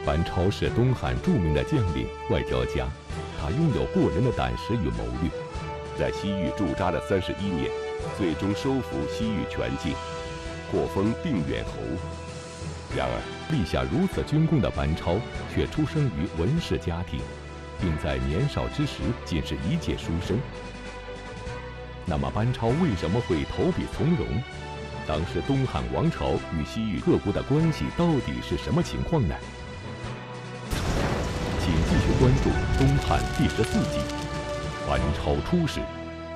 班超是东汉著名的将领、外交家，他拥有过人的胆识与谋略，在西域驻扎了31年，最终收复西域全境，获封定远侯。然而，立下如此军功的班超，却出生于文士家庭，并在年少之时仅是一介书生。那么，班超为什么会投笔从戎？当时东汉王朝与西域各国的关系到底是什么情况呢？请继续关注东汉第14集《班超出使》。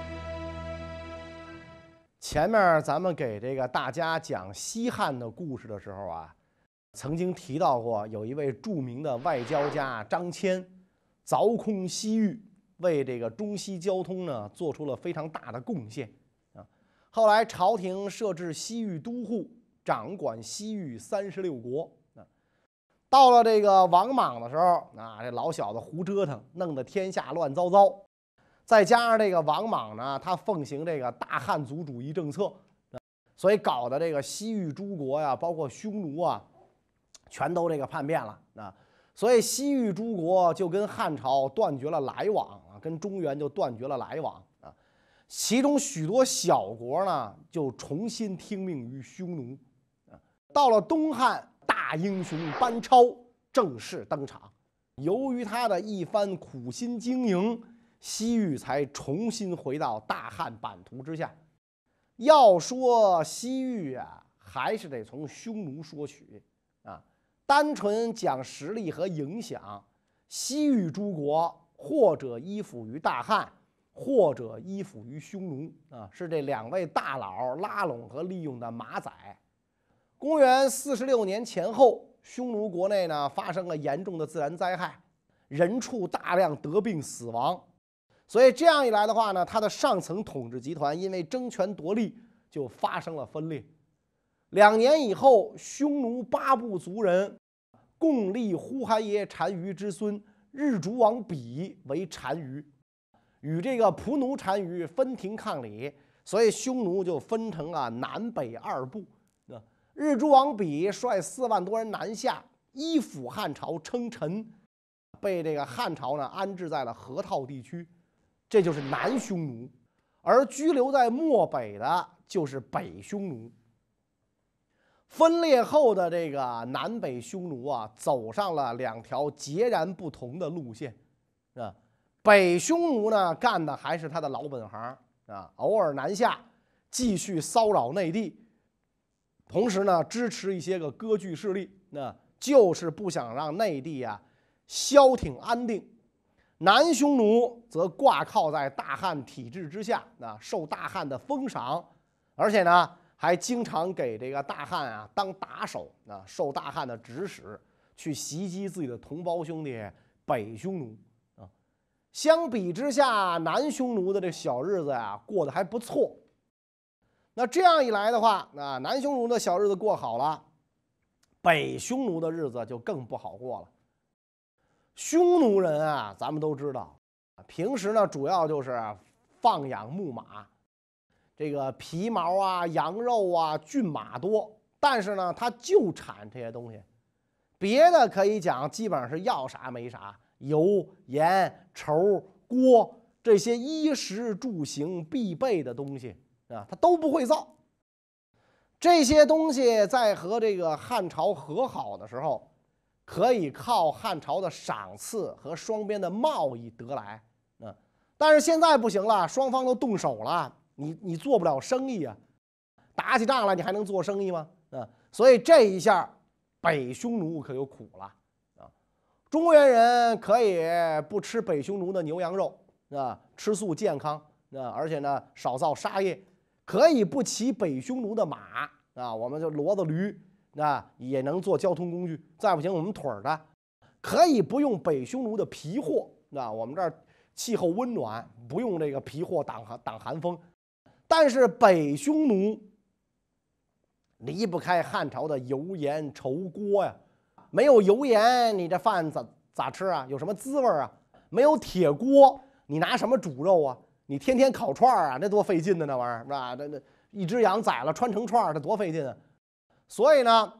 前面咱们给这个大家讲西汉的故事的时候啊，曾经提到过有一位著名的外交家张骞，凿空西域，为这个中西交通呢做出了非常大的贡献啊。后来朝廷设置西域都护，掌管西域36国。到了这个王莽的时候啊，这老小子胡折腾，弄得天下乱糟糟。再加上这个王莽呢，他奉行这个大汉族主义政策，所以搞得这个西域诸国呀，包括匈奴啊，全都这个叛变了啊。所以西域诸国就跟汉朝断绝了来往啊，跟中原就断绝了来往啊。其中许多小国呢，就重新听命于匈奴啊。到了东汉，大英雄班超正式登场。由于他的一番苦心经营，西域才重新回到大汉版图之下。要说西域啊，还是得从匈奴说起啊。单纯讲实力和影响，西域诸国或者依附于大汉，或者依附于匈奴啊，是这两位大佬拉拢和利用的马仔。公元46年前后，匈奴国内呢发生了严重的自然灾害，人畜大量得病死亡。所以这样一来的话呢，他的上层统治集团因为争权夺利就发生了分裂。2年以后，匈奴八部族人共立呼韩邪单于之孙日逐王比为单于，与这个蒲奴单于分庭抗礼，所以匈奴就分成了南北2部。日逐王比率4万多人南下，依附汉朝称臣，被这个汉朝呢安置在了河套地区，这就是南匈奴。而居留在漠北的就是北匈奴。分裂后的这个南北匈奴啊，走上了2条截然不同的路线啊。北匈奴呢，干的还是他的老本行啊，偶尔南下继续骚扰内地。同时呢，支持一些个割据势力，那就是不想让内地啊消停安定。南匈奴则挂靠在大汉体制之下，受大汉的封赏，而且呢还经常给这个大汉啊当打手，受大汉的指使去袭击自己的同胞兄弟北匈奴啊。相比之下，南匈奴的这小日子呀过得还不错。那这样一来的话，南匈奴的小日子过好了，北匈奴的日子就更不好过了。匈奴人啊，咱们都知道，平时呢主要就是放养牧马，这个皮毛啊、羊肉啊、骏马多，但是呢，他就产这些东西，别的可以讲基本上是要啥没啥，油、盐、稠、锅这些衣食住行必备的东西。他都不会造。这些东西在和这个汉朝和好的时候，可以靠汉朝的赏赐和双边的贸易得来。但是现在不行了，双方都动手了，你做不了生意啊，打起仗来你还能做生意吗？所以这一下北匈奴可就苦了啊。中原人可以不吃北匈奴的牛羊肉啊，吃素健康而且呢少造杀业。可以不骑北匈奴的马啊，我们就骡子驴也能做交通工具。再不行，我们腿儿的可以不用北匈奴的皮货我们这儿气候温暖，不用这个皮货挡寒风。但是北匈奴离不开汉朝的油盐稠锅呀，没有油盐，你这饭咋吃啊？有什么滋味啊？没有铁锅，你拿什么煮肉啊？你天天烤串啊，这多费劲的那玩意儿是吧？这一只羊宰了穿成串，这多费劲啊！所以呢，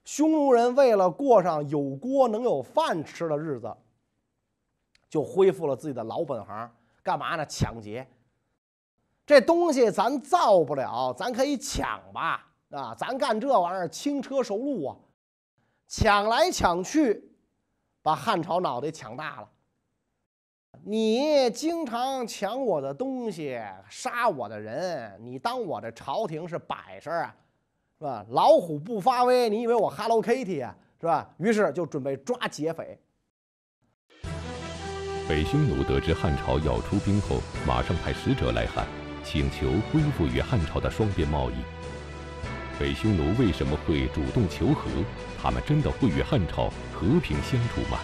匈奴人为了过上有锅能有饭吃的日子，就恢复了自己的老本行，干嘛呢？抢劫。这东西咱造不了，咱可以抢吧？啊，咱干这玩意儿轻车熟路啊，抢来抢去，把汉朝脑袋抢大了。你经常抢我的东西，杀我的人，你当我的朝廷是摆设啊？是吧？老虎不发威，你以为我 Hello Kitty 啊？是吧？于是就准备抓劫匪。 北匈奴得知汉朝要出兵后，马上派使者来汉，请求恢复与汉朝的双边贸易。北匈奴为什么会主动求和？他们真的会与汉朝和平相处吗？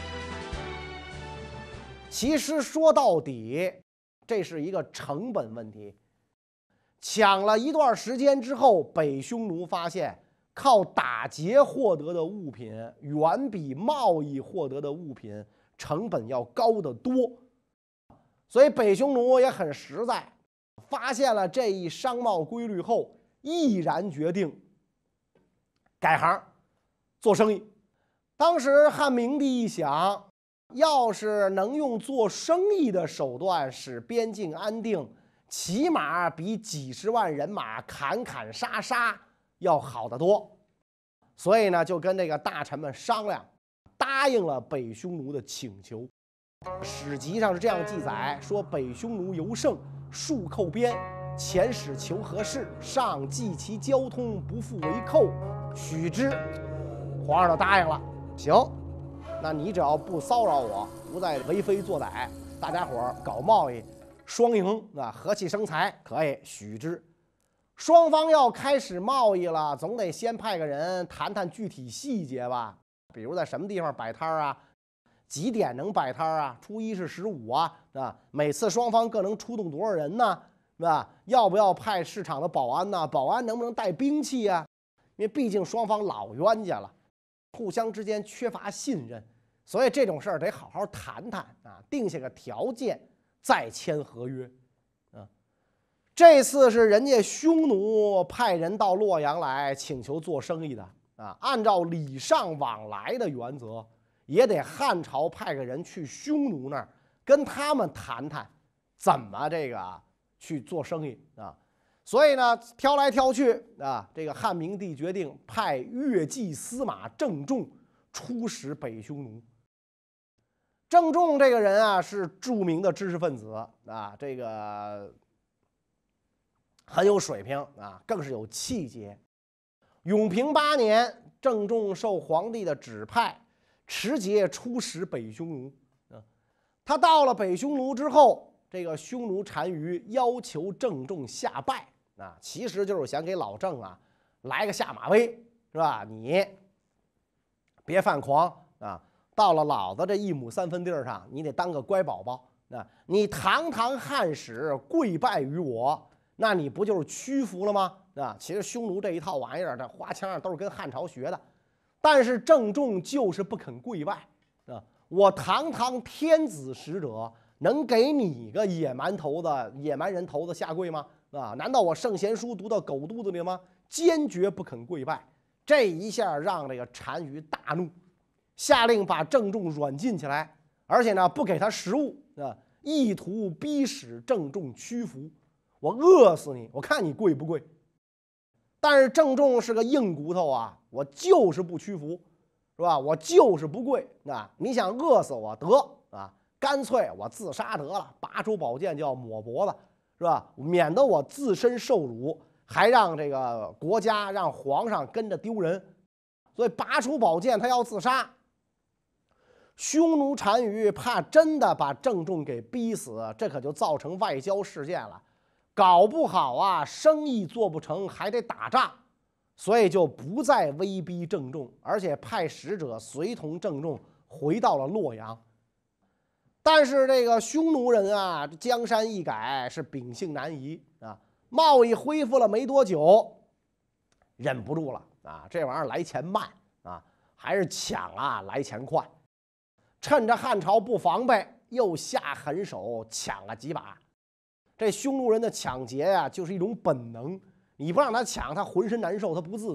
其实说到底，这是一个成本问题。抢了一段时间之后，北匈奴发现靠打劫获得的物品远比贸易获得的物品成本要高得多，所以北匈奴也很实在，发现了这一商贸规律后，毅然决定改行做生意。当时汉明帝一想，要是能用做生意的手段使边境安定，起码比几十万人马砍砍杀杀要好得多。所以呢，就跟这个大臣们商量，答应了北匈奴的请求。史籍上是这样记载说：北匈奴尤盛，数寇边，遣使求和事，上计其交通，不复为寇，许之。皇上就答应了，行，那你只要不骚扰我，不再为非作歹，大家伙儿搞贸易双赢啊，和气生财，可以许之。双方要开始贸易了，总得先派个人谈谈具体细节吧，比如在什么地方摆摊啊，几点能摆摊啊，初一是15啊，每次双方各能出动多少人呢？是吧？要不要派市场的保安呢？保安能不能带兵器啊？因为毕竟双方老冤家了，互相之间缺乏信任，所以这种事儿得好好谈谈啊，定下个条件再签合约。这次是人家匈奴派人到洛阳来请求做生意的啊，按照礼尚往来的原则，也得汉朝派个人去匈奴那儿跟他们谈谈怎么这个去做生意啊。所以呢，挑来挑去啊，这个汉明帝决定派越骑司马郑仲出使北匈奴。郑仲这个人啊，是著名的知识分子啊，这个很有水平啊，更是有气节。永平8年，郑仲受皇帝的指派，持节出使北匈奴。他到了北匈奴之后，这个匈奴单于要求郑仲下拜啊，其实就是想给老郑啊来个下马威，是吧？你别犯狂啊！到了老子这1亩3分地上，你得当个乖宝宝啊！你堂堂汉使跪拜于我，那你不就是屈服了吗？啊，其实匈奴这一套玩意儿，这花腔都是跟汉朝学的，但是郑仲就是不肯跪拜啊！我堂堂天子使者，能给你个野蛮人头子下跪吗？啊，难道我圣贤书读到狗肚子里吗？坚决不肯跪拜。这一下让这个单于大怒，下令把郑仲软禁起来，而且呢不给他食物啊，意图逼使郑仲屈服。我饿死你，我看你跪不跪。但是郑仲是个硬骨头啊，我就是不屈服，是吧？我就是不跪啊！你想饿死我得啊，干脆我自杀得了，拔出宝剑就要抹脖子，是吧？免得我自身受辱，还让这个国家让皇上跟着丢人，所以拔出宝剑他要自杀。匈奴单于怕真的把郑仲给逼死，这可就造成外交事件了。搞不好啊，生意做不成还得打仗，所以就不再威逼郑仲，而且派使者随同郑仲回到了洛阳。但是这个匈奴人啊，江山易改，是秉性难移啊。贸易恢复了没多久，忍不住了啊，这玩意儿来钱慢啊，还是抢啊来钱快。趁着汉朝不防备，又下狠手抢了几把。这匈奴人的抢劫呀，就是一种本能，你不让他抢，他浑身难受，他不自在。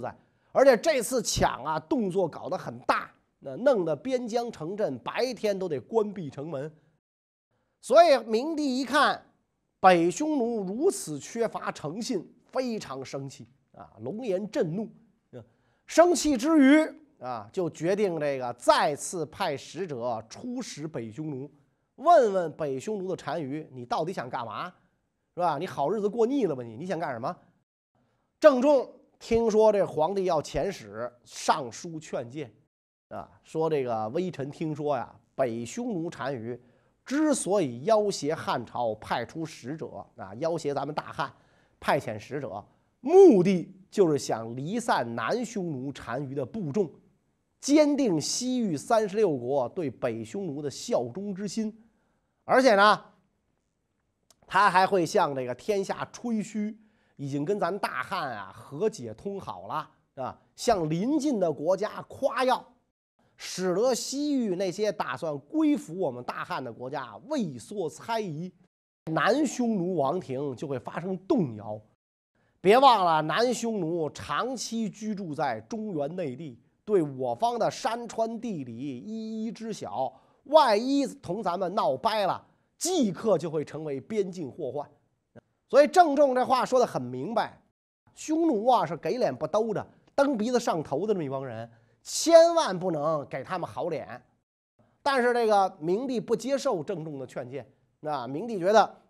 而且这次抢啊，动作搞得很大，弄得边疆城镇白天都得关闭城门。所以明帝一看北匈奴如此缺乏诚信，非常生气啊，龙颜震怒。生气之余啊，就决定这个再次派使者出使北匈奴，问问北匈奴的单于，你到底想干嘛，是吧？你好日子过腻了吧？你想干什么？郑重听说这皇帝要遣使，上书劝谏啊，说这个微臣听说呀，北匈奴单于之所以要挟汉朝派出使者啊，要挟咱们大汉派遣使者，目的就是想离散南匈奴单于的部众，坚定西域36国对北匈奴的效忠之心。而且呢，他还会向这个天下吹嘘，已经跟咱大汉啊和解通好了啊，向邻近的国家夸耀，使得西域那些打算归服我们大汉的国家畏缩猜疑，南匈奴王庭就会发生动摇。别忘了，南匈奴长期居住在中原内地，对我方的山川地理一一知晓，万一同咱们闹掰了，即刻就会成为边境祸患。所以郑重这话说得很明白，匈奴啊是给脸不兜着，蹬鼻子上头的这么一帮人，千万不能给他们好脸。但是这个明帝不接受郑重的劝谏，那明帝觉得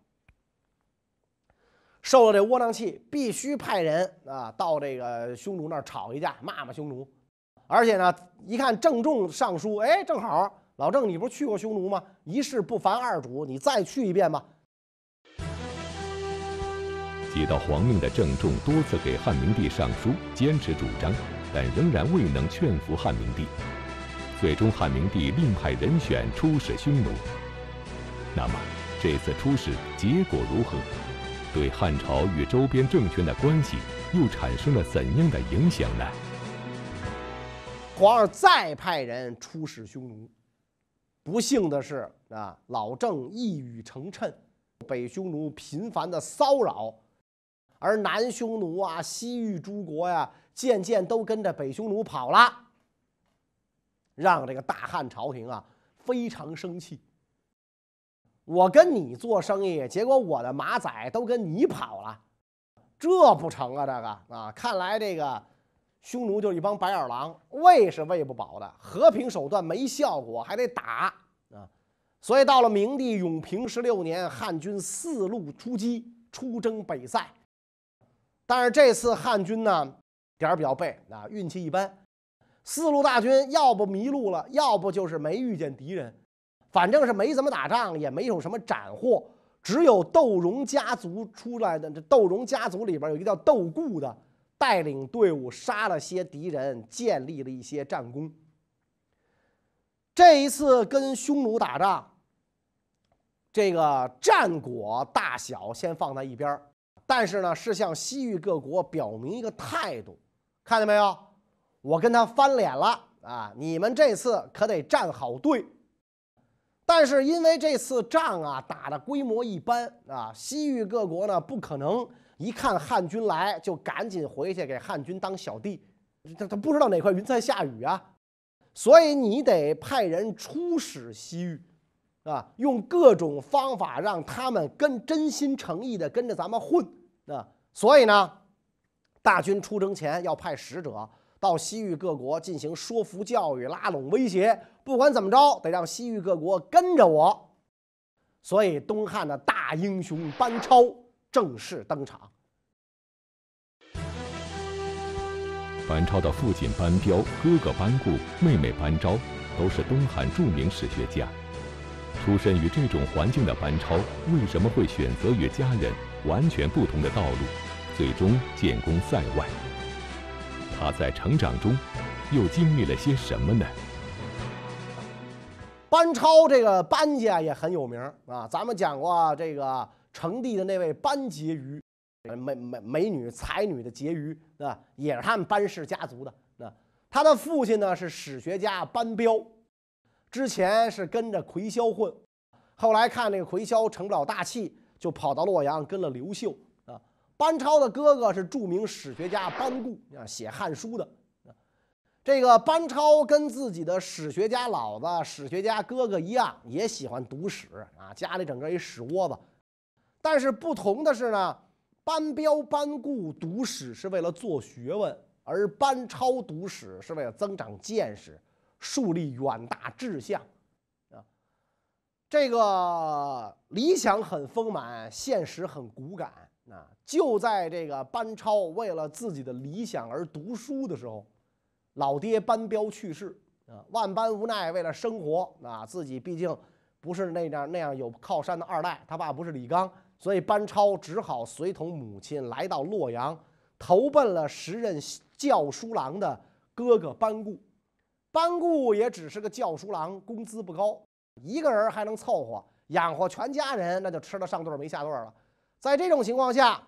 受了这窝囊气，必须派人啊到这个匈奴那儿吵一架，骂骂匈奴。而且呢，一看郑重上书，哎，正好老郑你不是去过匈奴吗？一事不烦二主，你再去一遍吧。 接到皇命的郑重多次给汉明帝上书，坚持主张，但仍然未能劝服汉明帝。最终，汉明帝另派人选出使匈奴。那么，这次出使结果如何？对汉朝与周边政权的关系又产生了怎样的影响呢？ 皇上再派人出使匈奴，不幸的是啊，老郑一语成谶，北匈奴频繁的骚扰，而南匈奴啊、西域诸国呀，渐渐都跟着北匈奴跑了，让这个大汉朝廷啊非常生气。我跟你做生意，结果我的马仔都跟你跑了，这不成啊！这个啊，看来这个匈奴就是一帮白眼狼，喂是喂不饱的，和平手段没效果，还得打啊！所以到了明帝永平16年，汉军4路出击，出征北塞。但是这次汉军呢，点儿比较背啊，运气一般。4路大军要不迷路了，要不就是没遇见敌人。反正是没怎么打仗，也没有什么斩获，只有窦融家族出来的。这窦融家族里边有一个叫窦固的，带领队伍杀了些敌人，建立了一些战功。这一次跟匈奴打仗，这个战果大小先放在一边，但是呢，是向西域各国表明一个态度，看见没有？我跟他翻脸了啊！你们这次可得站好队。但是因为这次仗啊打的规模一般啊，西域各国呢不可能一看汉军来就赶紧回去给汉军当小弟，他不知道哪块云彩下雨啊，所以你得派人出使西域啊，用各种方法让他们真心诚意的跟着咱们混啊。所以呢，大军出征前要派使者到西域各国进行说服教育、拉拢威胁，不管怎么着，得让西域各国跟着我。所以东汉的大英雄班超正式登场。 班超的父亲班彪、哥哥班固、妹妹班昭都是东汉著名史学家。出身于这种环境的班超，为什么会选择与家人完全不同的道路，最终建功塞外？他在成长中又经历了些什么呢？ 班超这个班家也很有名啊，咱们讲过这个成帝的那位班婕妤，美女才女的婕妤啊，也是他们班氏家族的。那他的父亲呢是史学家班彪，之前是跟着魁霄混，后来看这个魁霄成不了大器，就跑到洛阳跟了刘秀啊。班超的哥哥是著名史学家班固啊，写《汉书》的这个班超跟自己的史学家老子、史学家哥哥一样，也喜欢读史啊，家里整个一史窝子。但是不同的是呢，班彪、班固读史是为了做学问，而班超读史是为了增长见识，树立远大志向啊。这个理想很丰满，现实很骨感啊。就在这个班超为了自己的理想而读书的时候，老爹班彪去世啊，万般无奈，为了生活啊，自己毕竟不是那样有靠山的二代，他爸不是李纲，所以班超只好随同母亲来到洛阳，投奔了时任教书郎的哥哥班固。班固也只是个教书郎，工资不高，一个人还能凑合养活全家人，那就吃了上顿没下顿了。在这种情况下，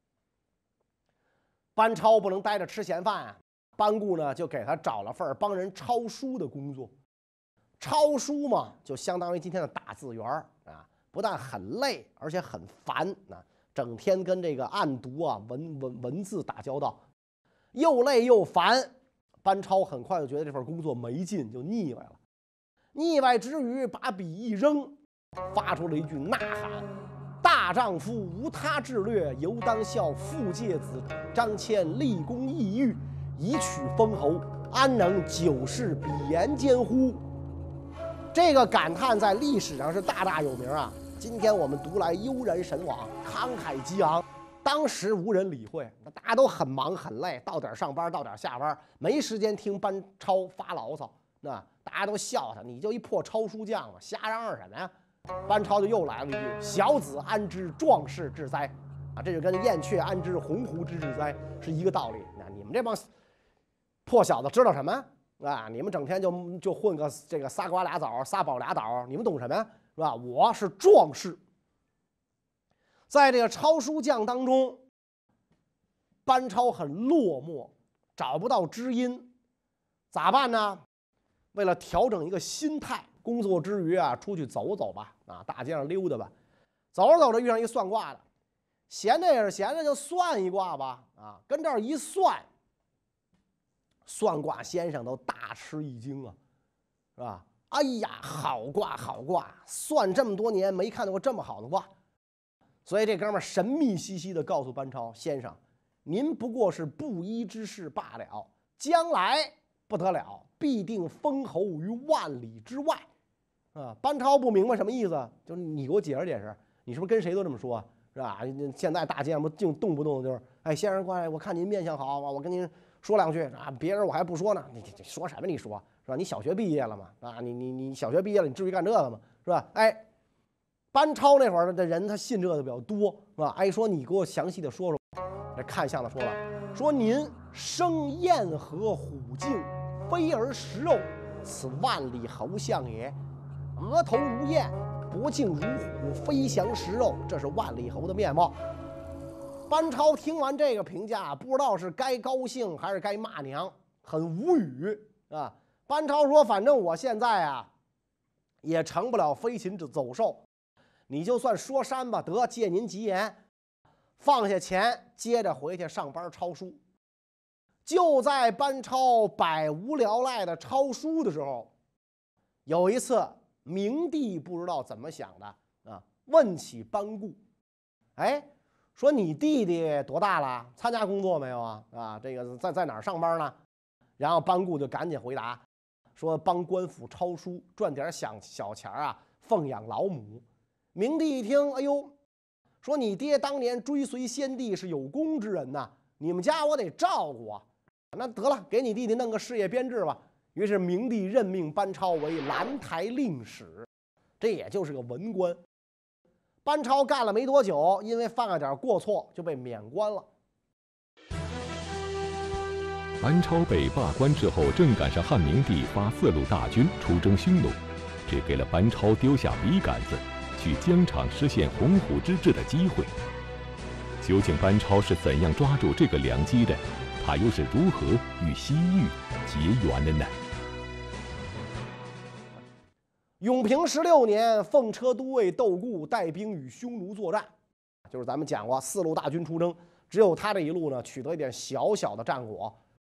班超不能待着吃闲饭啊。班固呢，就给他找了份帮人抄书的工作。抄书嘛，就相当于今天的打字员啊，不但很累，而且很烦啊，整天跟这个案牍啊、文字打交道，又累又烦。班超很快就觉得这份工作没劲，就腻歪了。腻歪之余，把笔一扔，发出了一句呐喊：“大丈夫无他志略，犹当效傅介子张骞立功异域，以取封侯，安能久视彼言间乎？”这个感叹在历史上是大大有名啊。今天我们读来悠然神往，慷慨激昂。当时无人理会，大家都很忙很累，到点上班，到点下班，没时间听班超发牢骚。那大家都笑他，你就一破抄书匠嘛，瞎嚷嚷什么呀？班超就又来了一句：“小子安知壮士志哉？”啊，这就跟燕雀安知鸿鹄之志哉是一个道理。那你们这帮破小子知道什么啊？你们整天就混个这个仨瓜俩枣、仨宝俩枣，你们懂什么呀？是吧？我是壮士。在这个抄书匠当中，班超很落寞，找不到知音，咋办呢？为了调整一个心态，工作之余啊，出去走走吧，啊，大街上溜达吧。走着走着遇上一算卦的，闲着也是闲着，就算一卦吧，啊，跟这儿一算，算卦先生都大吃一惊啊，是吧？哎呀，好卦好卦，算这么多年没看到过这么好的卦。所以这哥们儿神秘兮兮地告诉班超先生：“您不过是布衣之士罢了，将来不得了，必定封侯于万里之外。”啊，班超不明白什么意思，就是你给我解释解释，你是不是跟谁都这么说，是吧？现在大街上不就动不动就是，哎，先生过来，我看您面相好，我跟您说两句啊，别人我还不说呢，你说什么？你说是吧？你小学毕业了吗？啊，你小学毕业了，你至于干这个吗？是吧？哎。班超那会儿的人，他信这个的比较多，是吧？哎，说你给我详细的说说。这看相的说了，说您生燕和虎颈，飞而食肉，此万里侯相也。额头如燕，脖颈如虎，飞翔食肉，这是万里侯的面貌。班超听完这个评价，不知道是该高兴还是该骂娘，很无语啊。班超说：“反正我现在啊，也成不了飞禽走兽。”你就算说山吧，得借您吉言，放下钱，接着回去上班抄书。就在班超百无聊赖的抄书的时候，有一次明帝不知道怎么想的啊，问起班固，哎，说你弟弟多大了？参加工作没有啊？啊，这个在哪儿上班呢？然后班固就赶紧回答，说帮官府抄书，赚点小钱啊，奉养老母。明帝一听，哎呦，说你爹当年追随先帝是有功之人呐，你们家我得照顾啊。那得了，给你弟弟弄个事业编制吧。于是明帝任命班超为兰台令史，这也就是个文官。班超干了没多久，因为犯了点过错，就被免官了。 班超被罢官之后，正赶上汉明帝发4路大军出征匈奴，这给了班超丢下笔杆子，去疆场实现鸿鹄之志的机会。究竟班超是怎样抓住这个良机的？他又是如何与西域结缘的呢？ 永平16年，奉车都尉窦固带兵与匈奴作战，就是咱们讲过4路大军出征，只有他这一路呢取得一点小小的战果。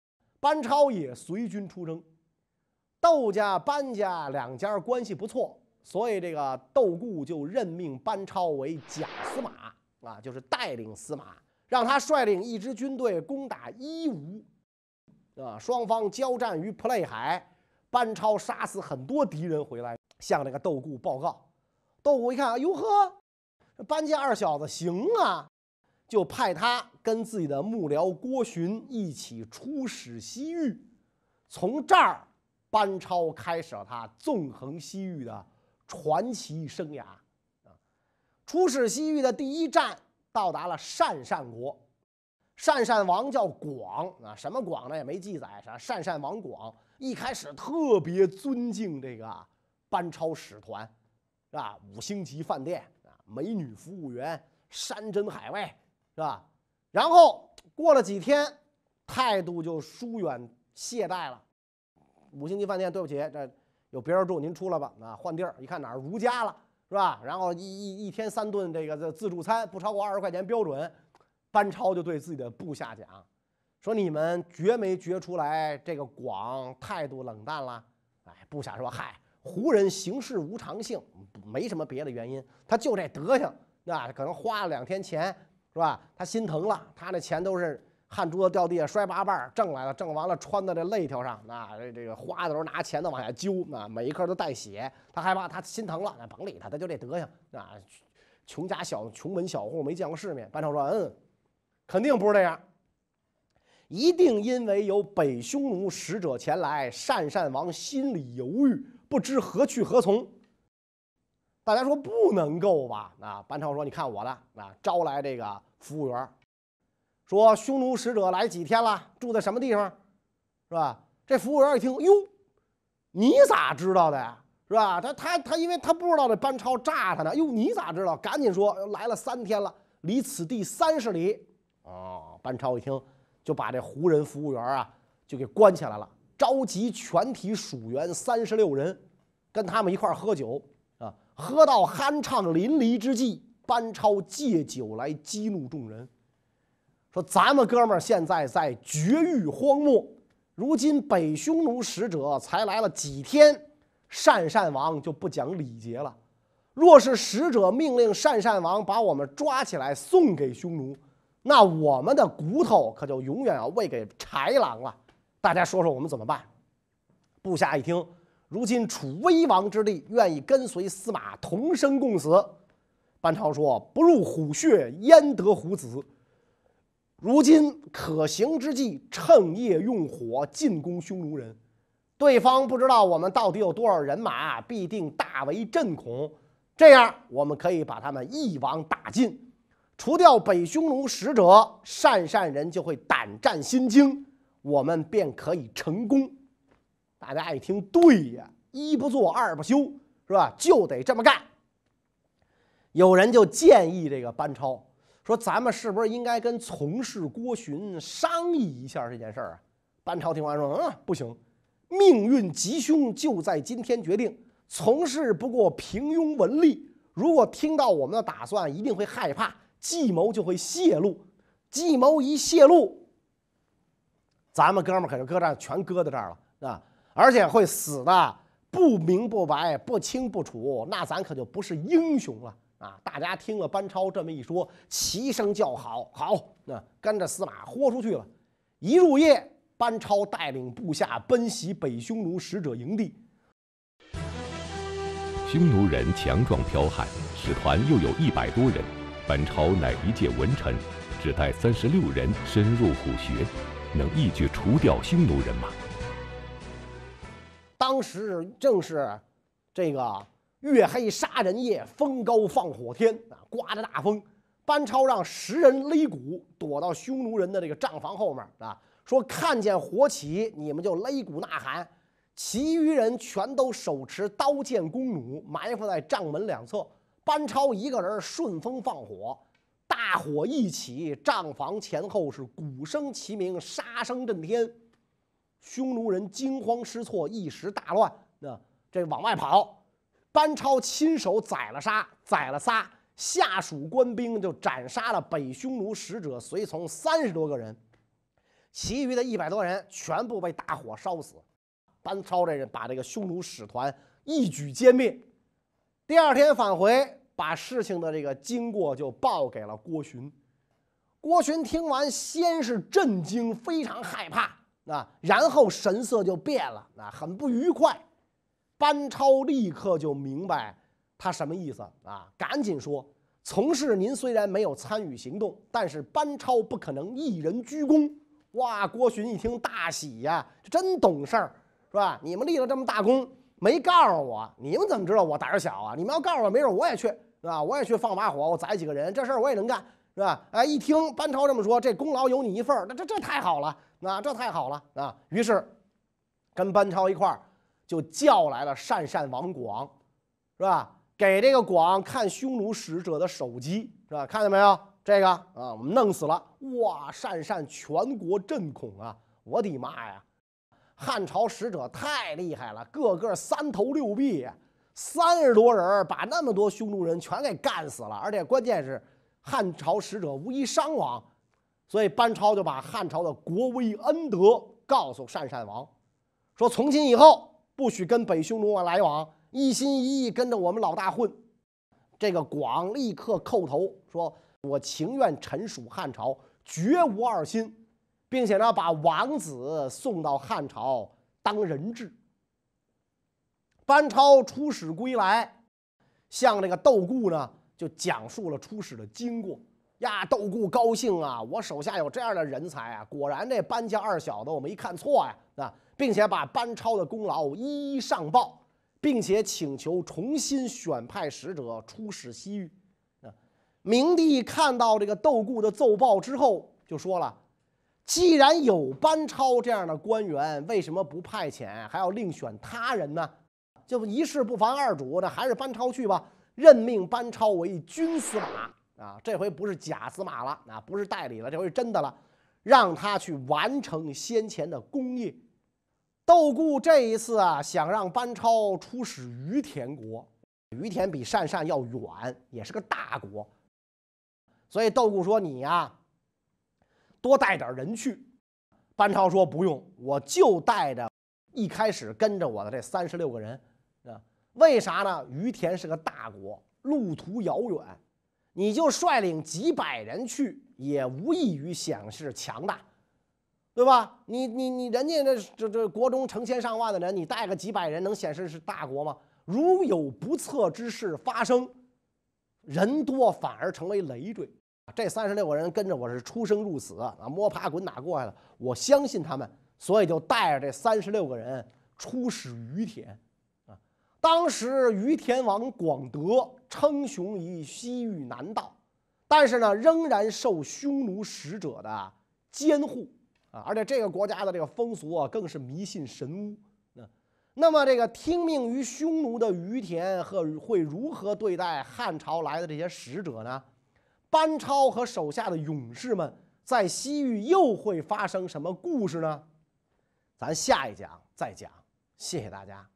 班超也随军出征。窦家、班家两家关系不错，所以这个窦固就任命班超为假司马啊，就是带领司马，让他率领一支军队攻打伊吾啊。双方交战于普类海，班超杀死很多敌人回来，向这个窦固报告。窦固一看，哟呵，班家二小子行啊，就派他跟自己的幕僚郭循一起出使西域。从这儿，班超开始了他纵横西域的传奇生涯。出使西域的第一站到达了鄯善国，鄯善王叫广啊，什么广呢也没记载，是鄯善王广。一开始特别尊敬这个班超使团，是吧？5星级饭店啊，美女服务员，山珍海味，是吧？然后过了几天，态度就疏远懈怠了。5星级饭店，对不起，这有别人住，您出来吧。啊，换地儿，一看哪儿如家了，是吧？然后一天3顿这个自助餐，不超过20块钱标准。班超就对自己的部下讲，说你们觉没觉出来这个广态度冷淡了？哎，部下说，嗨，胡人行事无常性，没什么别的原因，他就这德行，那可能花了2天钱，是吧？他心疼了，他那钱都是汗珠子掉地下摔8瓣，挣来了，挣完了穿在这肋条上，那这个花的时候拿钱的往下揪，那每一颗都带血，他害怕，他心疼了，那甭理他，他就这德行，啊，穷门小户没见过世面。班超说，肯定不是这样，一定因为有北匈奴使者前来，鄯善王心里犹豫，不知何去何从。大家说不能够吧？啊，班超说，你看我的啊，招来这个服务员，说匈奴使者来几天了，住在什么地方，是吧？这服务员一听，哟，你咋知道的呀？是吧？他因为他不知道这班超诈他呢，哟，你咋知道？赶紧说，来了3天了，离此地30里。哦，班超一听，就把这胡人服务员啊就给关起来了，召集全体属员36人，跟他们一块儿喝酒啊，喝到酣畅淋漓之际，班超借酒来激怒众人，说咱们哥们儿现在在绝域荒漠，如今北匈奴使者才来了几天，鄯善王就不讲礼节了。若是使者命令鄯善王把我们抓起来送给匈奴，那我们的骨头可就永远要喂给豺狼了。大家说说我们怎么办？部下一听，如今处危亡之地，愿意跟随司马同生共死。班超说，不入虎穴，焉得虎子？如今可行之计，趁夜用火进攻匈奴人。对方不知道我们到底有多少人马，必定大为震恐。这样我们可以把他们一网打尽，除掉北匈奴使者，鄯善人就会胆战心惊，我们便可以成功。大家一听，对呀，一不做二不休，是吧？就得这么干。有人就建议这个班超说，咱们是不是应该跟从事郭循商议一下这件事儿啊？班超听完说，不行，命运吉凶就在今天决定，从事不过平庸文吏，如果听到我们的打算，一定会害怕，计谋就会泄露，计谋一泄露，咱们哥们儿可就搁这儿全搁在这儿了啊！而且会死的不明不白、不清不楚，那咱可就不是英雄了啊！大家听了班超这么一说，齐声叫好，好，那跟着司马豁出去了。一入夜，班超带领部下奔袭北匈奴使者营地。 匈奴人强壮剽悍，使团又有100多人。班超乃一介文臣，只带36人深入虎穴，能一举除掉匈奴人吗？ 当时正是这个月黑杀人夜，风高放火天啊，刮着大风。班超让10人擂鼓，躲到匈奴人的这个帐房后面啊，说看见火起，你们就擂鼓呐喊。其余人全都手持刀剑弓弩，埋伏在帐门两侧。班超一个人顺风放火，大火一起，帐房前后是鼓声齐鸣，杀声震天。匈奴人惊慌失措，一时大乱，这往外跑。班超亲手宰了仨，下属官兵就斩杀了北匈奴使者随从30多个人。 其余的100多人全部被大火烧死。班超这人把这个匈奴使团一举歼灭。第2天返回，把事情的这个经过就报给了郭循。郭循听完，先是震惊，非常害怕然后神色就变了很不愉快。班超立刻就明白他什么意思赶紧说：“从事您虽然没有参与行动，但是班超不可能一人居功。”哇！郭循一听大喜呀，真懂事儿，是吧？你们立了这么大功，没告诉我，你们怎么知道我胆儿小啊？你们要告诉我，没准我也去，是吧？我也去放把火，我宰几个人，这事儿我也能干，是吧？哎，一听班超这么说，这功劳有你一份儿，这太好了，这太好了于是跟班超一块儿就叫来了鄯善王广，是吧？给这个广看匈奴使者的首级，是吧？看见没有？这个我们弄死了！哇，鄯善全国震恐啊！我的妈呀！汉朝使者太厉害了，个个3头6臂，30多人把那么多匈奴人全给干死了，而且关键是汉朝使者无一伤亡，所以班超就把汉朝的国威恩德告诉鄯善王，说从今以后不许跟北匈奴来往，一心一意跟着我们老大混。这个广立刻叩头说：“我情愿臣属汉朝，绝无二心。”并且呢，把王子送到汉朝当人质。班超出使归来，向这个窦固呢就讲述了出使的经过呀。窦固高兴啊，我手下有这样的人才啊！果然这班家2小子我没看错呀并且把班超的功劳一一上报，并且请求重新选派使者出使西域明帝看到这个窦固的奏报之后，就说了：“既然有班超这样的官员，为什么不派遣，还要另选他人呢？就一事不妨二主，那还是班超去吧。任命班超为军司马这回不是假司马了不是代理了，这回是真的了，让他去完成先前的功业。”窦固这一次想让班超出使于田国，于田比鄯善要远，也是个大国，所以窦固说：“你多带点人去。”班超说：“不用，我就带着一开始跟着我的这36个人为啥呢？于田是个大国，路途遥远，你就率领几百人去，也无异于显示强大，对吧？你人家这国中成千上万的人，你带个几百人能显示是大国吗？如有不测之事发生，人多反而成为累赘。这36个人跟着我是出生入死摸爬滚打过来了，我相信他们，所以就带着这36个人出使于田当时于田王广德称雄于西域南道，但是呢，仍然受匈奴使者的监护而且这个国家的这个风俗更是迷信神巫那么这个听命于匈奴的于田会如何对待汉朝来的这些使者呢？班超和手下的勇士们在西域又会发生什么故事呢？咱下一讲再讲。谢谢大家。